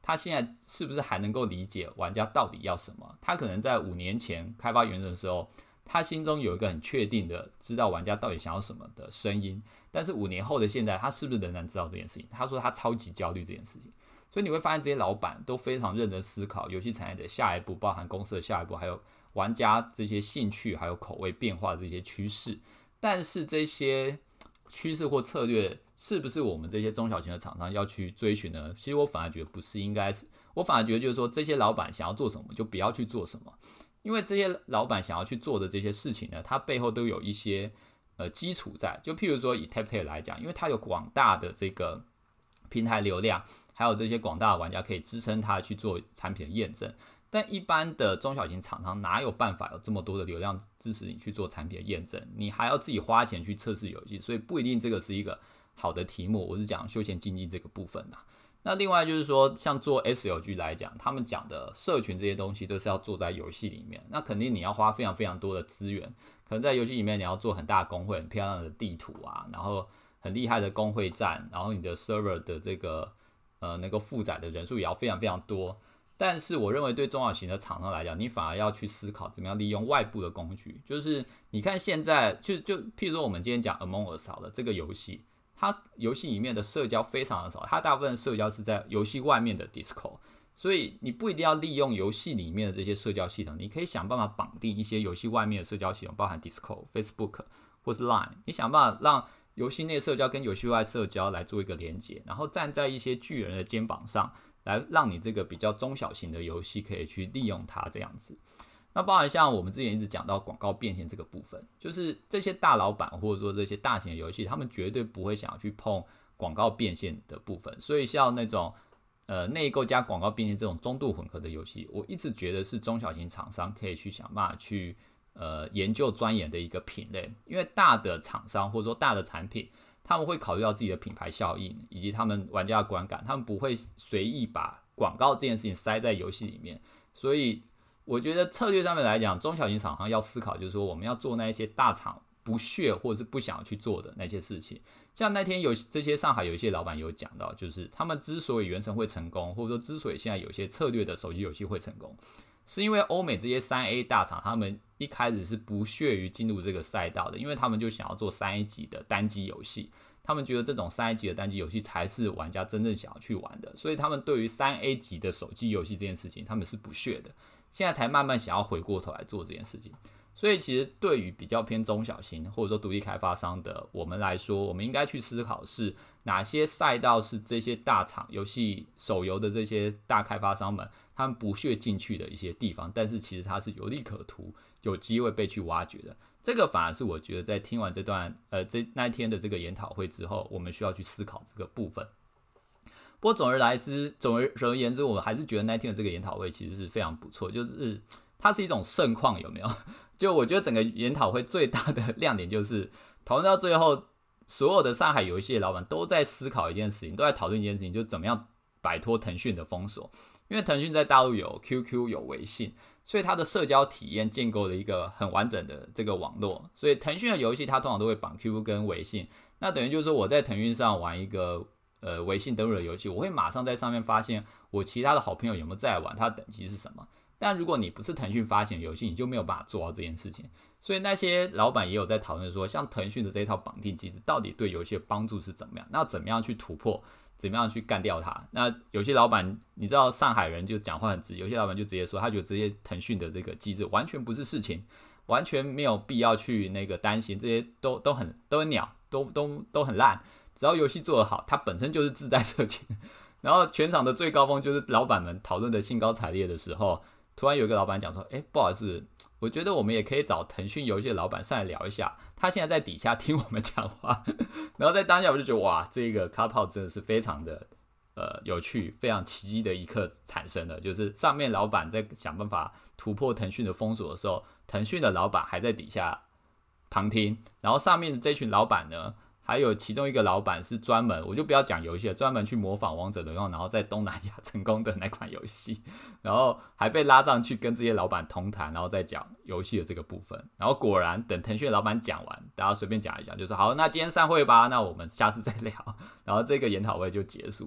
他现在是不是还能够理解玩家到底要什么？他可能在5年前开发原神的时候，他心中有一个很确定的知道玩家到底想要什么的声音，但是5年后的现在，他是不是仍然知道这件事情？他说他超级焦虑这件事情。所以你会发现这些老板都非常认真思考游戏产业的下一步，包含公司的下一步，还有玩家这些兴趣还有口味变化的这些趋势。但是这些趋势或策略是不是我们这些中小型的厂商要去追寻呢？其实我反而觉得不是，应该是我反而觉得就是说，这些老板想要做什么就不要去做什么，因为这些老板想要去做的这些事情呢，它背后都有一些基础在。就譬如说以 TapTap 来讲，因为它有广大的这个平台流量，还有这些广大的玩家可以支撑它去做产品的验证。但一般的中小型厂商哪有办法有这么多的流量支持你去做产品的验证？你还要自己花钱去测试游戏，所以不一定这个是一个好的题目。我是讲休闲竞技这个部分啦。那另外就是说，像做 SLG 来讲，他们讲的社群这些东西都是要做在游戏里面，那肯定你要花非常非常多的资源，可能在游戏里面你要做很大的工会、很漂亮的地图啊，然后很厉害的工会站，然后你的 server 的这个能够负载的人数也要非常非常多。但是我认为对中小型的厂商来讲，你反而要去思考怎么样利用外部的工具。就是你看现在就譬如说我们今天讲 Among Us 好了，这个游戏它游戏里面的社交非常的少，它大部分的社交是在游戏外面的 Discord， 所以你不一定要利用游戏里面的这些社交系统，你可以想办法绑定一些游戏外面的社交系统，包含 Discord、Facebook 或是 Line， 你想办法让游戏内社交跟游戏外社交来做一个连结，然后站在一些巨人的肩膀上，来让你这个比较中小型的游戏可以去利用它这样子。那包含像我们之前一直讲到广告变现这个部分，就是这些大老板或者说这些大型的游戏，他们绝对不会想要去碰广告变现的部分。所以像那种内购加广告变现这种中度混合的游戏，我一直觉得是中小型厂商可以去想办法去研究钻研的一个品类。因为大的厂商或者说大的产品，他们会考虑到自己的品牌效应以及他们玩家的观感，他们不会随意把广告这件事情塞在游戏里面。所以我觉得策略上面来讲，中小型厂商要思考，就是说我们要做那一些大厂不屑或者是不想去做的那些事情。像那天有这些上海有一些老板有讲到，就是他们之所以原神会成功，或者说之所以现在有些策略的手机游戏会成功，是因为欧美这些 3A 大厂，他们一开始是不屑于进入这个赛道的，因为他们就想要做3A 级的单机游戏，他们觉得这种3A 级的单机游戏才是玩家真正想要去玩的，所以他们对于3A 级的手机游戏这件事情，他们是不屑的。现在才慢慢想要回过头来做这件事情。所以其实对于比较偏中小型或者说独立开发商的我们来说，我们应该去思考是哪些赛道是这些大厂游戏手游的这些大开发商们他们不屑进去的一些地方，但是其实它是有利可图，有机会被去挖掘的。这个反而是我觉得在听完这段那一天的这个研讨会之后，我们需要去思考这个部分。不过总而言之，我还是觉得那天的这个研讨会其实是非常不错，就是它是一种盛况，有没有？就我觉得整个研讨会最大的亮点就是讨论到最后，所有的上海游戏的老板都在思考一件事情，都在讨论一件事情，就是怎么样摆脱腾讯的封锁。因为腾讯在大陆有 QQ 有微信，所以它的社交体验建构了一个很完整的这个网络，所以腾讯的游戏它通常都会绑 QQ 跟微信，那等于就是说我在腾讯上玩一个微信登录的游戏，我会马上在上面发现我其他的好朋友有没有在玩，他的等级是什么。但如果你不是腾讯发行的游戏，你就没有办法做到这件事情。所以那些老板也有在讨论说，像腾讯的这一套绑定机制到底对游戏的帮助是怎么样，那怎么样去突破，怎么样去干掉它。那有些老板你知道上海人就讲话很直，有些老板就直接说他觉得这些腾讯的这个机制完全不是事情，完全没有必要去那个担心，这些都很鸟，都很烂，只要游戏做得好，它本身就是自带社群。然后全场的最高峰就是老板们讨论的兴高采烈的时候，突然有一个老板讲说，不好意思，我觉得我们也可以找腾讯游戏的老板上来聊一下，他现在在底下听我们讲话。然后在当下我就觉得哇，这个 Clubhouse 真的是非常的有趣，非常奇迹的一刻产生了，就是上面老板在想办法突破腾讯的封锁的时候，腾讯的老板还在底下旁听，然后上面的这群老板呢，还有其中一个老板是专门，我就不要讲游戏了，专门去模仿王者荣耀，然后在东南亚成功的那款游戏，然后还被拉上去跟这些老板同谈，然后再讲游戏的这个部分。然后果然等腾讯的老板讲完，大家随便讲一讲，就说好，那今天散会吧，那我们下次再聊。然后这个研讨会就结束了。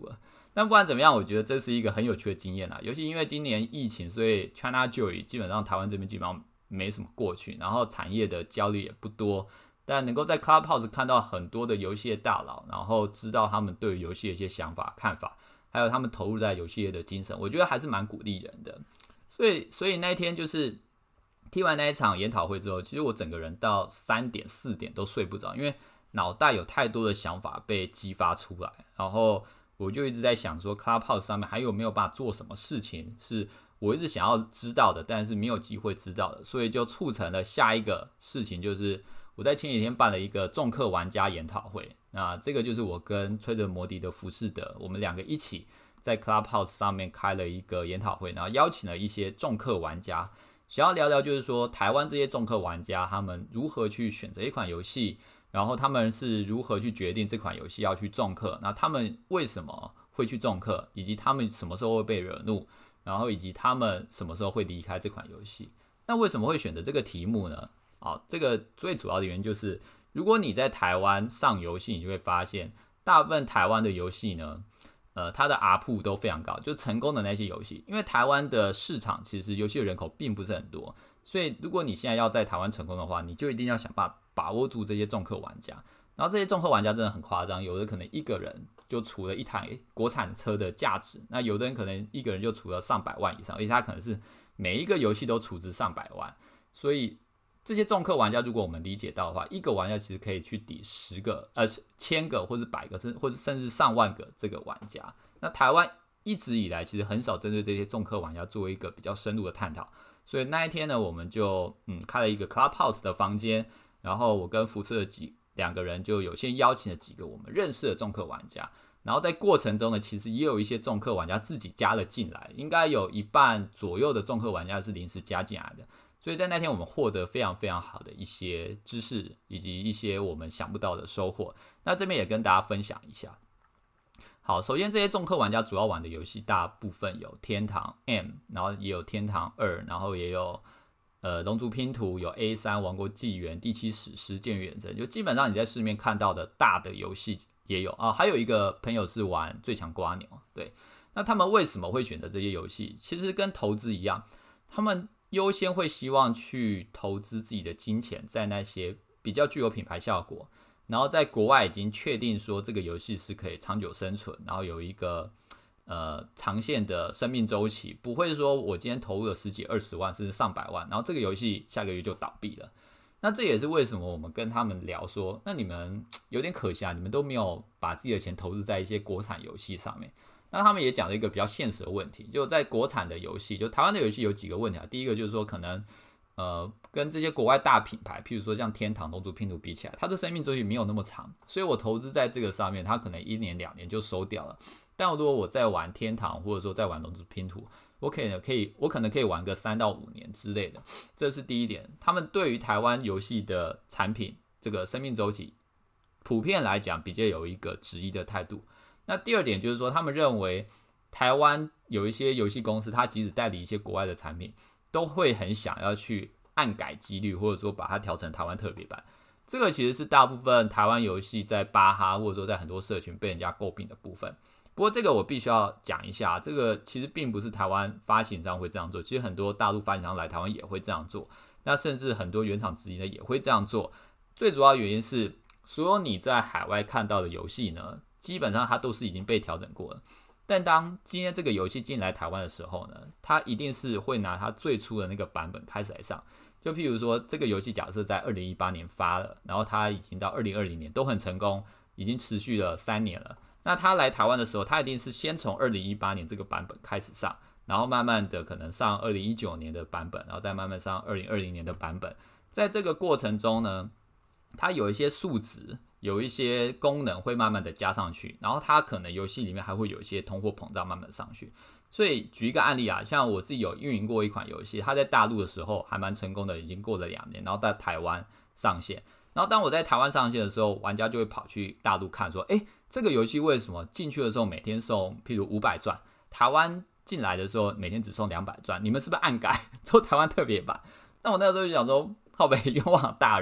但不管怎么样，我觉得这是一个很有趣的经验啦。尤其因为今年疫情，所以 China Joy 基本上台湾这边基本上没什么过去，然后产业的交流也不多。但能够在 Clubhouse 看到很多的游戏的大佬，然后知道他们对于游戏的一些想法、看法，还有他们投入在游戏业的精神，我觉得还是蛮鼓励人的。所以那一天就是踢完那一场研讨会之后，其实我整个人到3点4点都睡不着，因为脑袋有太多的想法被激发出来，然后我就一直在想说 Clubhouse 上面还有没有办法做什么事情是我一直想要知道的，但是没有机会知道的，所以就促成了下一个事情，就是我在前几天办了一个重氪玩家研讨会。那这个就是我跟吹着摩迪的浮士德，我们两个一起在 Clubhouse 上面开了一个研讨会，然后邀请了一些重氪玩家，想要聊聊就是说台湾这些重氪玩家他们如何去选择一款游戏，然后他们是如何去决定这款游戏要去重氪，那他们为什么会去重氪，以及他们什么时候会被惹怒，然后以及他们什么时候会离开这款游戏。那为什么会选择这个题目呢？这个最主要的原因就是，如果你在台湾上游戏，你就会发现大部分台湾的游戏呢，它的 ARPU 都非常高，就成功的那些游戏，因为台湾的市场其实游戏的人口并不是很多，所以如果你现在要在台湾成功的话，你就一定要想办法把握住这些重氪玩家。然后这些重氪玩家真的很夸张，有的可能一个人就除了一台国产车的价值，那有的人可能一个人就除了上百万以上，而且他可能是每一个游戏都储值上百万，所以这些重氪玩家，如果我们理解到的话，一个玩家其实可以去抵10个、1000个，或是100个，或者甚至上万个这个玩家。那台湾一直以来其实很少针对这些重氪玩家做一个比较深入的探讨，所以那一天呢，我们就开了一个 Clubhouse 的房间，然后我跟福士的两个人就有先邀请了几个我们认识的重氪玩家，然后在过程中呢，其实也有一些重氪玩家自己加了进来，应该有1半左右的重氪玩家是临时加进来的。所以在那天我们获得非常非常好的一些知识，以及一些我们想不到的收获。那这边也跟大家分享一下。好，首先这些重氪玩家主要玩的游戏大部分有天堂 M， 然后也有天堂2，然后也有龙族拼图，有 A3 王国纪元、第7史诗、剑与远征，就基本上你在市面看到的大的游戏也有啊。还有一个朋友是玩最强瓜牛，对。那他们为什么会选择这些游戏？其实跟投资一样，他们优先会希望去投资自己的金钱在那些比较具有品牌效果，然后在国外已经确定说这个游戏是可以长久生存，然后有一个长线的生命周期，不会说我今天投入了10几20万甚至上百万，然后这个游戏下个月就倒闭了。那这也是为什么我们跟他们聊说，那你们有点可惜啊，你们都没有把自己的钱投资在一些国产游戏上面。那他们也讲了一个比较现实的问题，就在国产的游戏，就台湾的游戏有几个问题啊。第一个就是说，可能跟这些国外大品牌，譬如说像天堂、龙族拼图比起来，它的生命周期没有那么长，所以我投资在这个上面，它可能1年2年就收掉了。但如果我在玩天堂，或者说在玩龙族拼图，我可能可以玩个3到5年之类的，这是第一点。他们对于台湾游戏的产品这个生命周期，普遍来讲比较有一个质疑的态度。那第二点就是说，他们认为台湾有一些游戏公司，它即使代理一些国外的产品，都会很想要去按改几率，或者说把它调成台湾特别版。这个其实是大部分台湾游戏在巴哈或者说在很多社群被人家诟病的部分。不过这个我必须要讲一下，这个其实并不是台湾发行商会这样做，其实很多大陆发行商来台湾也会这样做，那甚至很多原厂直营的也会这样做。最主要原因是，所有你在海外看到的游戏呢，基本上它都是已经被调整过了。但当今天这个游戏进来台湾的时候呢，它一定是会拿它最初的那个版本开始来上。就譬如说，这个游戏假设在2018年发了，然后它已经到2020年都很成功，已经持续了3年了。那它来台湾的时候，它一定是先从2018年这个版本开始上，然后慢慢的可能上2019年的版本，然后再慢慢上2020年的版本。在这个过程中呢，它有一些数值，有一些功能会慢慢的加上去，然后它可能游戏里面还会有一些通货膨胀慢慢上去。所以举一个案例啊，像我自己有运营过一款游戏，它在大陆的时候还蛮成功的，已经过了2年，然后在台湾上线。然后当我在台湾上线的时候，玩家就会跑去大陆看说，这个游戏为什么进去的时候每天送譬如500钻，台湾进来的时候每天只送200钻，你们是不是暗改做台湾特别版？那我那个时候就想说，靠北冤枉大人，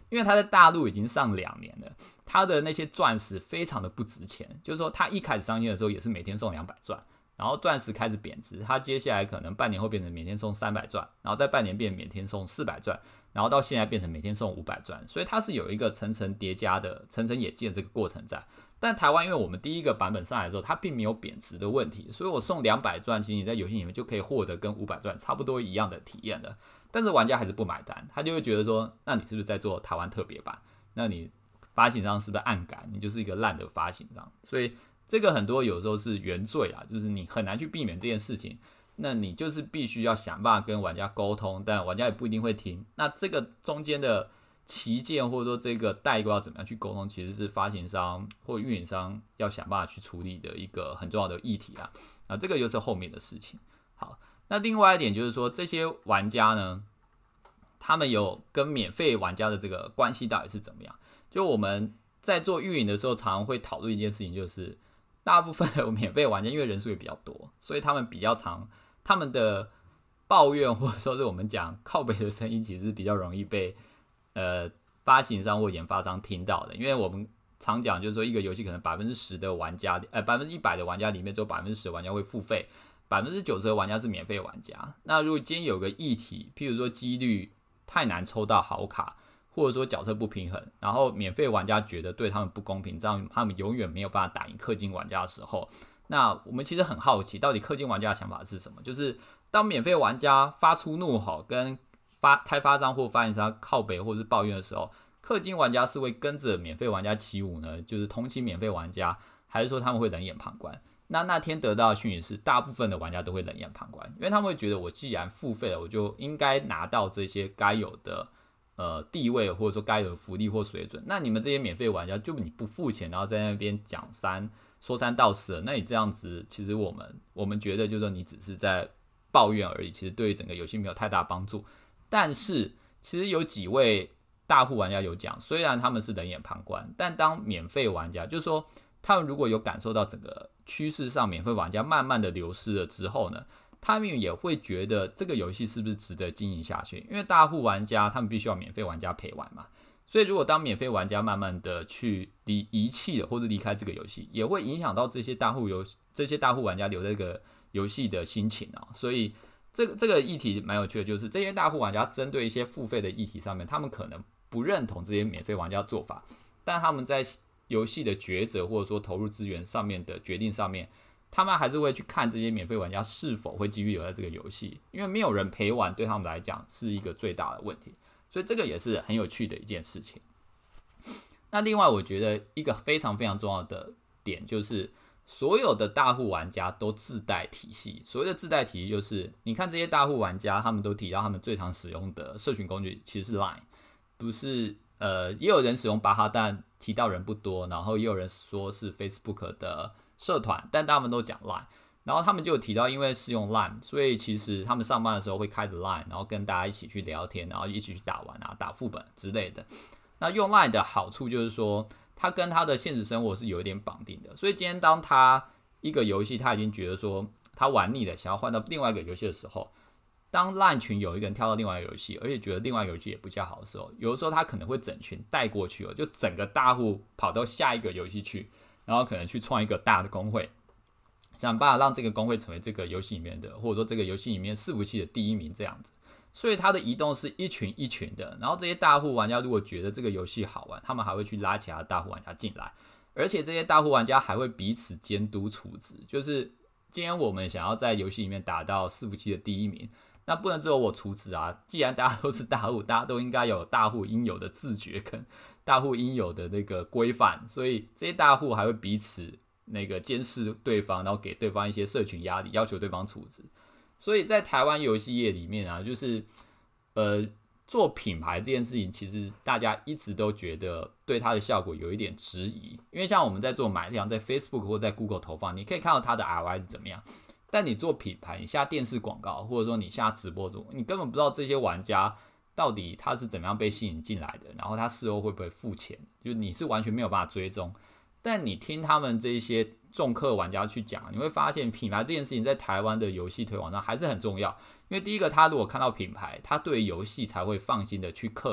因为他在大陆已经上2年了，他的那些钻石非常的不值钱，就是说他一开始上线的时候也是每天送200钻，然后钻石开始贬值，他接下来可能半年后变成每天送300钻，然后再半年变每天送400钻，然后到现在变成每天送500钻，所以它是有一个层层叠加的、层层演进的这个过程在。但台湾因为我们第一个版本上来的时候，它并没有贬值的问题，所以我送200钻，其实你在游戏里面就可以获得跟500钻差不多一样的体验了。但是玩家还是不买单，他就会觉得说，那你是不是在做台湾特别版？那你发行商是不是暗改？你就是一个烂的发行商。所以这个很多有时候是原罪啊，就是你很难去避免这件事情。那你就是必须要想办法跟玩家沟通，但玩家也不一定会听。那这个中间的旗舰或者说这个代沟要怎么样去沟通，其实是发行商或运营商要想办法去处理的一个很重要的议题啦。这个又是后面的事情。好，那另外一点就是说，这些玩家呢，他们有跟免费玩家的这个关系到底是怎么样？就我们在做运营的时候，常常会讨论一件事情，就是大部分的免费玩家因为人数也比较多，所以他们比较常他们的抱怨或者说是我们讲靠北的声音，其实比较容易被发行商或研发商听到的。因为我们常讲就是说，一个游戏可能10%的玩家，100%的玩家里面只有10%的玩家会付费，90%的玩家是免费玩家。那如果今天有个议题，譬如说几率太难抽到好卡，或者说角色不平衡，然后免费玩家觉得对他们不公平，这样他们永远没有办法打赢氪金玩家的时候，那我们其实很好奇，到底氪金玩家的想法是什么？就是当免费玩家发出怒吼，跟开发商或发行商靠北或是抱怨的时候，氪金玩家是会跟着免费玩家起舞呢？就是同情免费玩家，还是说他们会冷眼旁观？那天得到的讯息是，大部分的玩家都会冷眼旁观，因为他们会觉得，我既然付费了，我就应该拿到这些该有的地位，或者说该有的福利或水准。那你们这些免费玩家，就你不付钱，然后在那边说三道四，那你这样子，其实我们觉得就是说你只是在抱怨而已，其实对于整个游戏没有太大帮助。但是其实有几位大户玩家有讲，虽然他们是冷眼旁观，但当免费玩家，就是说他们如果有感受到整个趋势上免费玩家慢慢的流失了之后呢，他们也会觉得这个游戏是不是值得经营下去？因为大户玩家他们必须要免费玩家陪玩嘛，所以如果当免费玩家慢慢的去遗弃了或者离开这个游戏，也会影响到这些大户玩家留在这个游戏的心情啊。所以这个议题蛮有趣的，就是这些大户玩家针对一些付费的议题上面，他们可能不认同这些免费玩家做法，但他们在游戏的抉择或者说投入资源上面的决定上面，他们还是会去看这些免费玩家是否会继续留在这个游戏，因为没有人陪玩对他们来讲是一个最大的问题，所以这个也是很有趣的一件事情。那另外我觉得一个非常非常重要的点就是，所有的大户玩家都自带体系。所谓的自带体系，就是你看这些大户玩家，他们都提到他们最常使用的社群工具其实是 Line， 不是也有人使用巴哈，但提到人不多，然后也有人说是 Facebook 的社团，但他们都讲 Line。然后他们就有提到，因为是用 Line， 所以其实他们上班的时候会开着 Line， 然后跟大家一起去聊天，然后一起去打完啊、打副本之类的。那用 Line 的好处就是说，它跟他的现实生活是有一点绑定的。所以今天当他一个游戏他已经觉得说他玩腻了，想要换到另外一个游戏的时候，当 Line 群有一个人跳到另外一个游戏，而且觉得另外一个游戏也不较好的时候，有的时候他可能会整群带过去，就整个大户跑到下一个游戏去，然后可能去创一个大的公会，想办法让这个公会成为这个游戏里面的，或者说这个游戏里面伺服器的第一名这样子。所以它的移动是一群一群的，然后这些大户玩家如果觉得这个游戏好玩，他们还会去拉其他大户玩家进来，而且这些大户玩家还会彼此监督处置。就是今天我们想要在游戏里面打到伺服器的第一名，那不能只有我处置啊！既然大家都是大户，大家都应该有大户应有的自觉跟大户应有的那个规范，所以这些大户还会彼此那个监视对方，然后给对方一些社群压力，要求对方处置。所以在台湾游戏业里面啊，就是做品牌这件事情，其实大家一直都觉得对它的效果有一点质疑，因为像我们在做买量，在 Facebook 或在 Google 投放，你可以看到它的 ROI 是怎么样。但你做品牌，你下电视广告，或者说你下直播主，你根本不知道这些玩家到底他是怎么样被吸引进来的，然后他事后会不会付钱，就你是完全没有办法追踪。但你听他们这些重氪玩家去讲，你会发现品牌这件事情在台湾的游戏推广上还是很重要。因为第一个，他如果看到品牌，他对游戏才会放心的去氪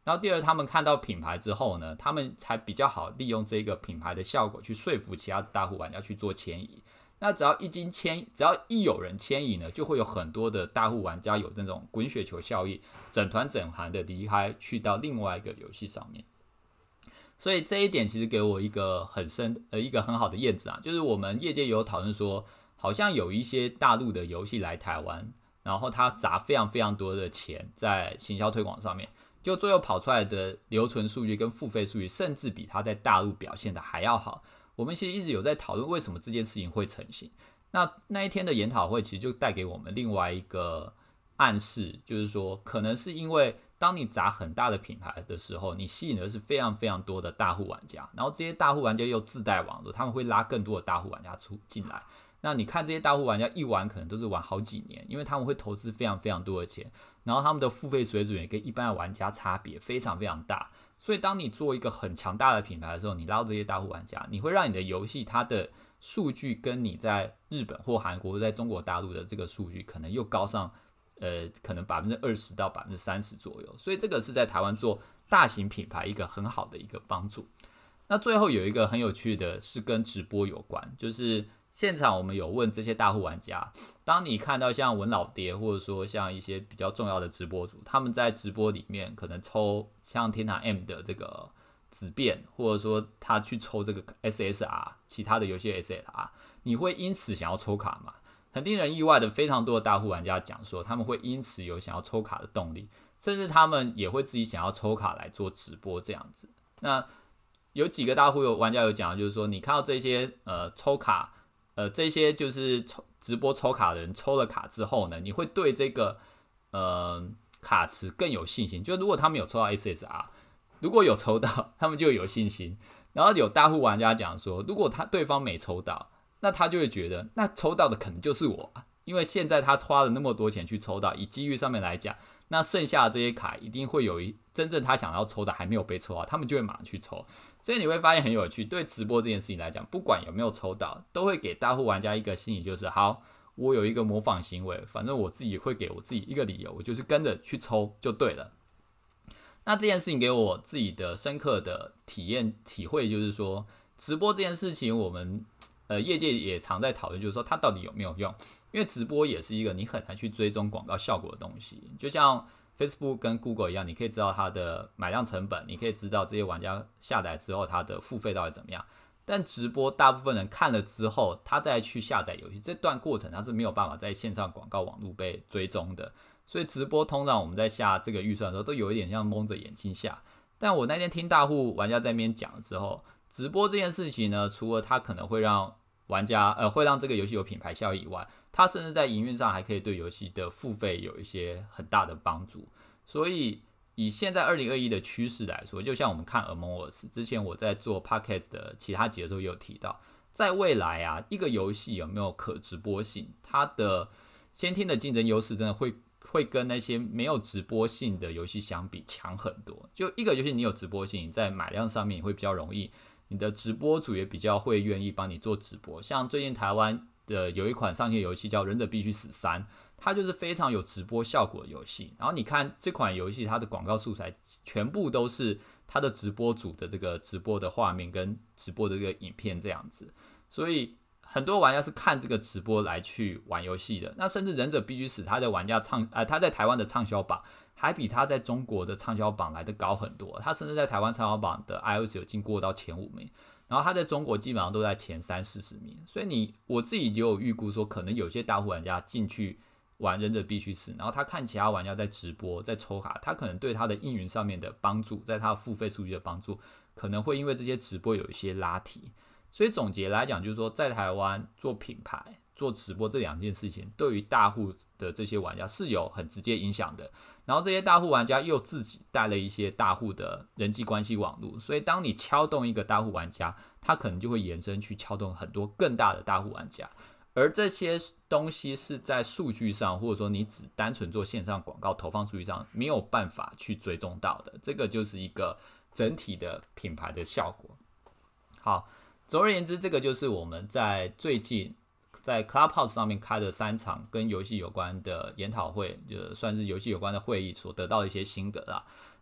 然后第二，他们看到品牌之后呢，他们才比较好利用这个品牌的效果去说服其他大户玩家去做迁移。那只要一有人迁移呢，就会有很多的大户玩家有这种滚雪球效应，整团整行的离开，去到另外一个游戏上面。所以这一点其实给我一个一个很好的验证啊，就是我们业界有讨论说，好像有一些大陆的游戏来台湾，然后他砸非常非常多的钱在行销推广上面，就最后跑出来的留存数据跟付费数据，甚至比他在大陆表现的还要好。我们其实一直有在讨论为什么这件事情会成型。那一天的研讨会其实就带给我们另外一个暗示，就是说可能是因为当你砸很大的品牌的时候，你吸引的是非常非常多的大户玩家，然后这些大户玩家又自带网络，他们会拉更多的大户玩家进来。那你看这些大户玩家一玩可能都是玩好几年，因为他们会投资非常非常多的钱，然后他们的付费水准也跟一般的玩家差别非常非常大。所以当你做一个很强大的品牌的时候，你拉到这些大户玩家，你会让你的游戏它的数据跟你在日本或韩国或在中国大陆的这个数据可能又高上可能20%到30%左右。所以这个是在台湾做大型品牌一个很好的一个帮助。那最后有一个很有趣的是跟直播有关，就是现场我们有问这些大户玩家，当你看到像文老爹或者说像一些比较重要的直播主，他们在直播里面可能抽像天堂 M 的这个紫变，或者说他去抽这个 SSR 其他的游戏 SSR， 你会因此想要抽卡吗？很令人意外的，非常多的大户玩家讲说他们会因此有想要抽卡的动力，甚至他们也会自己想要抽卡来做直播这样子。那有几个大户玩家有讲，就是说你看到这些抽卡这些就是直播抽卡的人抽了卡之后呢，你会对这个卡池更有信心。就如果他们有抽到 SSR， 如果有抽到，他们就有信心。然后有大户玩家讲说，如果对方没抽到，那他就会觉得，那抽到的可能就是我啊，因为现在他花了那么多钱去抽到，以机遇上面来讲，那剩下的这些卡一定会有真正他想要抽的还没有被抽到，他们就会马上去抽。所以你会发现很有趣，对直播这件事情来讲，不管有没有抽到，都会给大户玩家一个心理，就是好，我有一个模仿行为，反正我自己会给我自己一个理由，我就是跟着去抽就对了。那这件事情给我自己的深刻的体会，就是说直播这件事情，我们业界也常在讨论，就是说它到底有没有用？因为直播也是一个你很难去追踪广告效果的东西，就像Facebook 跟 Google 一样，你可以知道它的买量成本，你可以知道这些玩家下载之后它的付费到底怎么样。但直播大部分人看了之后，他再去下载游戏，这段过程他是没有办法在线上广告网络被追踪的。所以直播通常我们在下这个预算的时候，都有一点像蒙着眼睛下。但我那天听大户玩家在那边讲之后，直播这件事情呢，除了它可能会让玩家会让这个游戏有品牌效益以外，它甚至在营运上还可以对游戏的付费有一些很大的帮助。所以以现在2021的趋势来说，就像我们看 Among Us 之前，我在做 Podcast 的其他集的时候也有提到，在未来啊，一个游戏有没有可直播性，它的先天的竞争优势真的会跟那些没有直播性的游戏相比强很多。就一个游戏你有直播性，在买量上面也会比较容易，你的直播主也比较会愿意帮你做直播。像最近台湾的有一款上线游戏叫《忍者必须死3》，它就是非常有直播效果的游戏。然后你看这款游戏，它的广告素材全部都是它的直播主的这个直播的画面跟直播的这个影片这样子，所以很多玩家是看这个直播来去玩游戏的。那甚至忍者必须死，他在台湾的畅销榜还比他在中国的畅销榜来得高很多。他甚至在台湾畅销榜的 iOS 有进过到前5名，然后他在中国基本上都在前30-40名。所以我自己就有预估说，可能有些大户玩家进去玩忍者必须死，然后他看其他玩家在直播在抽卡，他可能对他的运营上面的帮助，在他的付费数据的帮助，可能会因为这些直播有一些拉提。所以总结来讲，就是说在台湾做品牌做直播这两件事情，对于大户的这些玩家是有很直接影响的。然后这些大户玩家又自己带了一些大户的人际关系网络，所以当你敲动一个大户玩家，他可能就会延伸去敲动很多更大的大户玩家。而这些东西是在数据上，或者说你只单纯做线上广告投放数据上没有办法去追踪到的，这个就是一个整体的品牌的效果。好，总而言之，这个就是我们在最近在 Clubhouse 上面开的3场跟游戏有关的研讨会，就算是游戏有关的会议所得到的一些心得啦。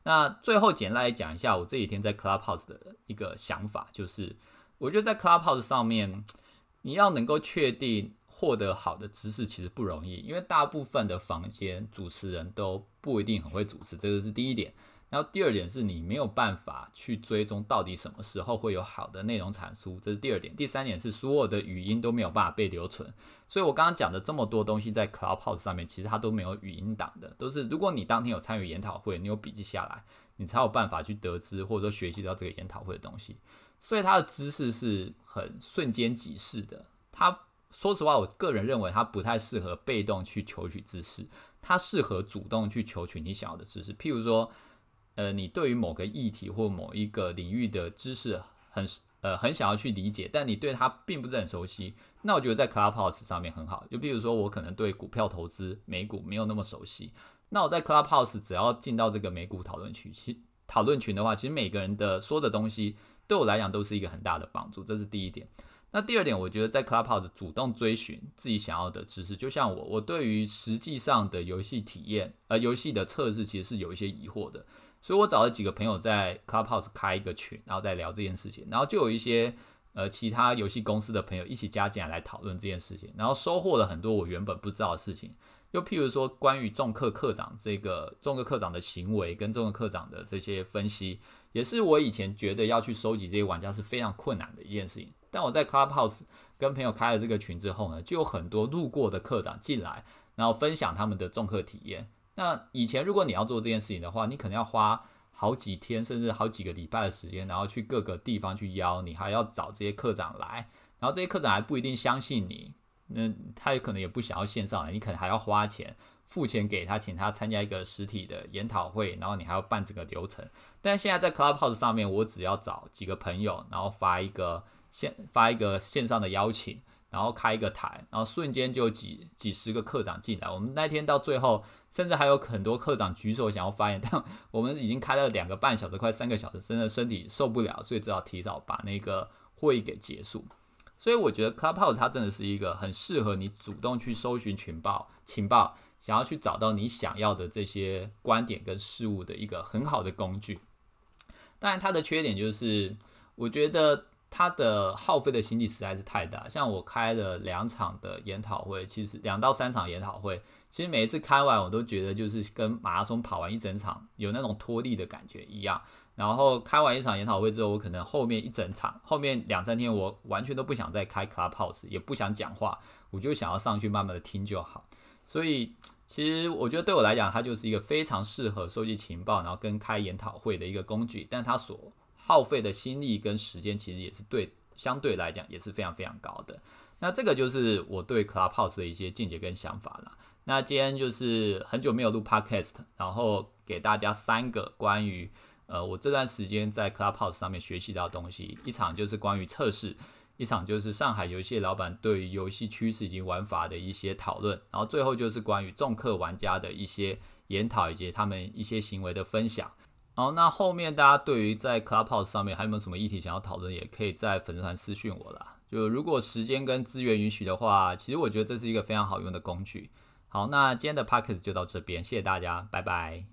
那最后简单来讲一下我这几天在 Clubhouse 的一个想法，就是我觉得在 Clubhouse 上面，你要能够确定获得好的知识其实不容易，因为大部分的房间主持人都不一定很会主持，这个是第一点。然后第二点是你没有办法去追踪到底什么时候会有好的内容产出，这是第二点。第三点是所有的语音都没有办法被留存，所以我刚刚讲的这么多东西在 Clubhouse 上面，其实它都没有语音档的，都是如果你当天有参与研讨会，你有笔记下来，你才有办法去得知或者说学习到这个研讨会的东西。所以它的知识是很瞬间即逝的。它说实话，我个人认为它不太适合被动去求取知识，它适合主动去求取你想要的知识。譬如说，你对于某个议题或某一个领域的知识很想要去理解，但你对它并不是很熟悉，那我觉得在 Clubhouse 上面很好。就譬如说我可能对股票投资美股没有那么熟悉，那我在 Clubhouse 只要进到这个美股讨论群的话，其实每个人的说的东西对我来讲都是一个很大的帮助，这是第一点。那第二点，我觉得在 Clubhouse 主动追寻自己想要的知识，就像我对于实际上的游戏体验，游戏的测试其实是有一些疑惑的，所以我找了几个朋友在 Clubhouse 开一个群，然后再聊这件事情，然后就有一些其他游戏公司的朋友一起加进来讨论这件事情，然后收获了很多我原本不知道的事情。又譬如说，关于重课课长重课课长的行为跟重课课长的这些分析，也是我以前觉得要去收集这些玩家是非常困难的一件事情。但我在 Clubhouse 跟朋友开了这个群之后呢，就有很多路过的课长进来，然后分享他们的重课体验。那以前如果你要做这件事情的话，你可能要花好几天甚至好几个礼拜的时间，然后去各个地方去邀你，还要找这些课长来，然后这些课长还不一定相信你，那他可能也不想要线上来，你可能还要花钱付钱给他，请他参加一个实体的研讨会，然后你还要办这个流程。但现在在 Clubhouse 上面，我只要找几个朋友，然后发一个线上的邀请，然后开一个台，然后瞬间就几十个课长进来。我们那天到最后，甚至还有很多课长举手想要发言，但我们已经开了2个半小时，快3个小时，真的身体受不了，所以只好提早把那个会议给结束。所以我觉得 Clubhouse 它真的是一个很适合你主动去搜寻情报，想要去找到你想要的这些观点跟事物的一个很好的工具。当然它的缺点就是，我觉得它的耗费的心力实在是太大。像我开了2场的研讨会，其实2到3场研讨会，其实每一次开完我都觉得就是跟马拉松跑完一整场有那种脱力的感觉一样。然后开完一场研讨会之后，我可能后面2-3天我完全都不想再开 Clubhouse， 也不想讲话，我就想要上去慢慢的听就好。所以其实我觉得对我来讲，它就是一个非常适合收集情报，然后跟开研讨会的一个工具，但它所耗费的心力跟时间其实也是相对来讲也是非常非常高的。那这个就是我对 Clubhouse 的一些见解跟想法啦。那今天就是很久没有录 Podcast， 然后给大家3个关于我这段时间在 Clubhouse 上面学习到的东西。一场就是关于测试，一场就是上海游戏老板对于游戏趋势以及玩法的一些讨论，然后最后就是关于重氪玩家的一些研讨以及他们一些行为的分享。好，那后面大家对于在 Clubhouse 上面还有没有什么议题想要讨论，也可以在粉丝团私讯我啦。就如果时间跟资源允许的话，其实我觉得这是一个非常好用的工具。好，那今天的 Podcast 就到这边，谢谢大家，拜拜。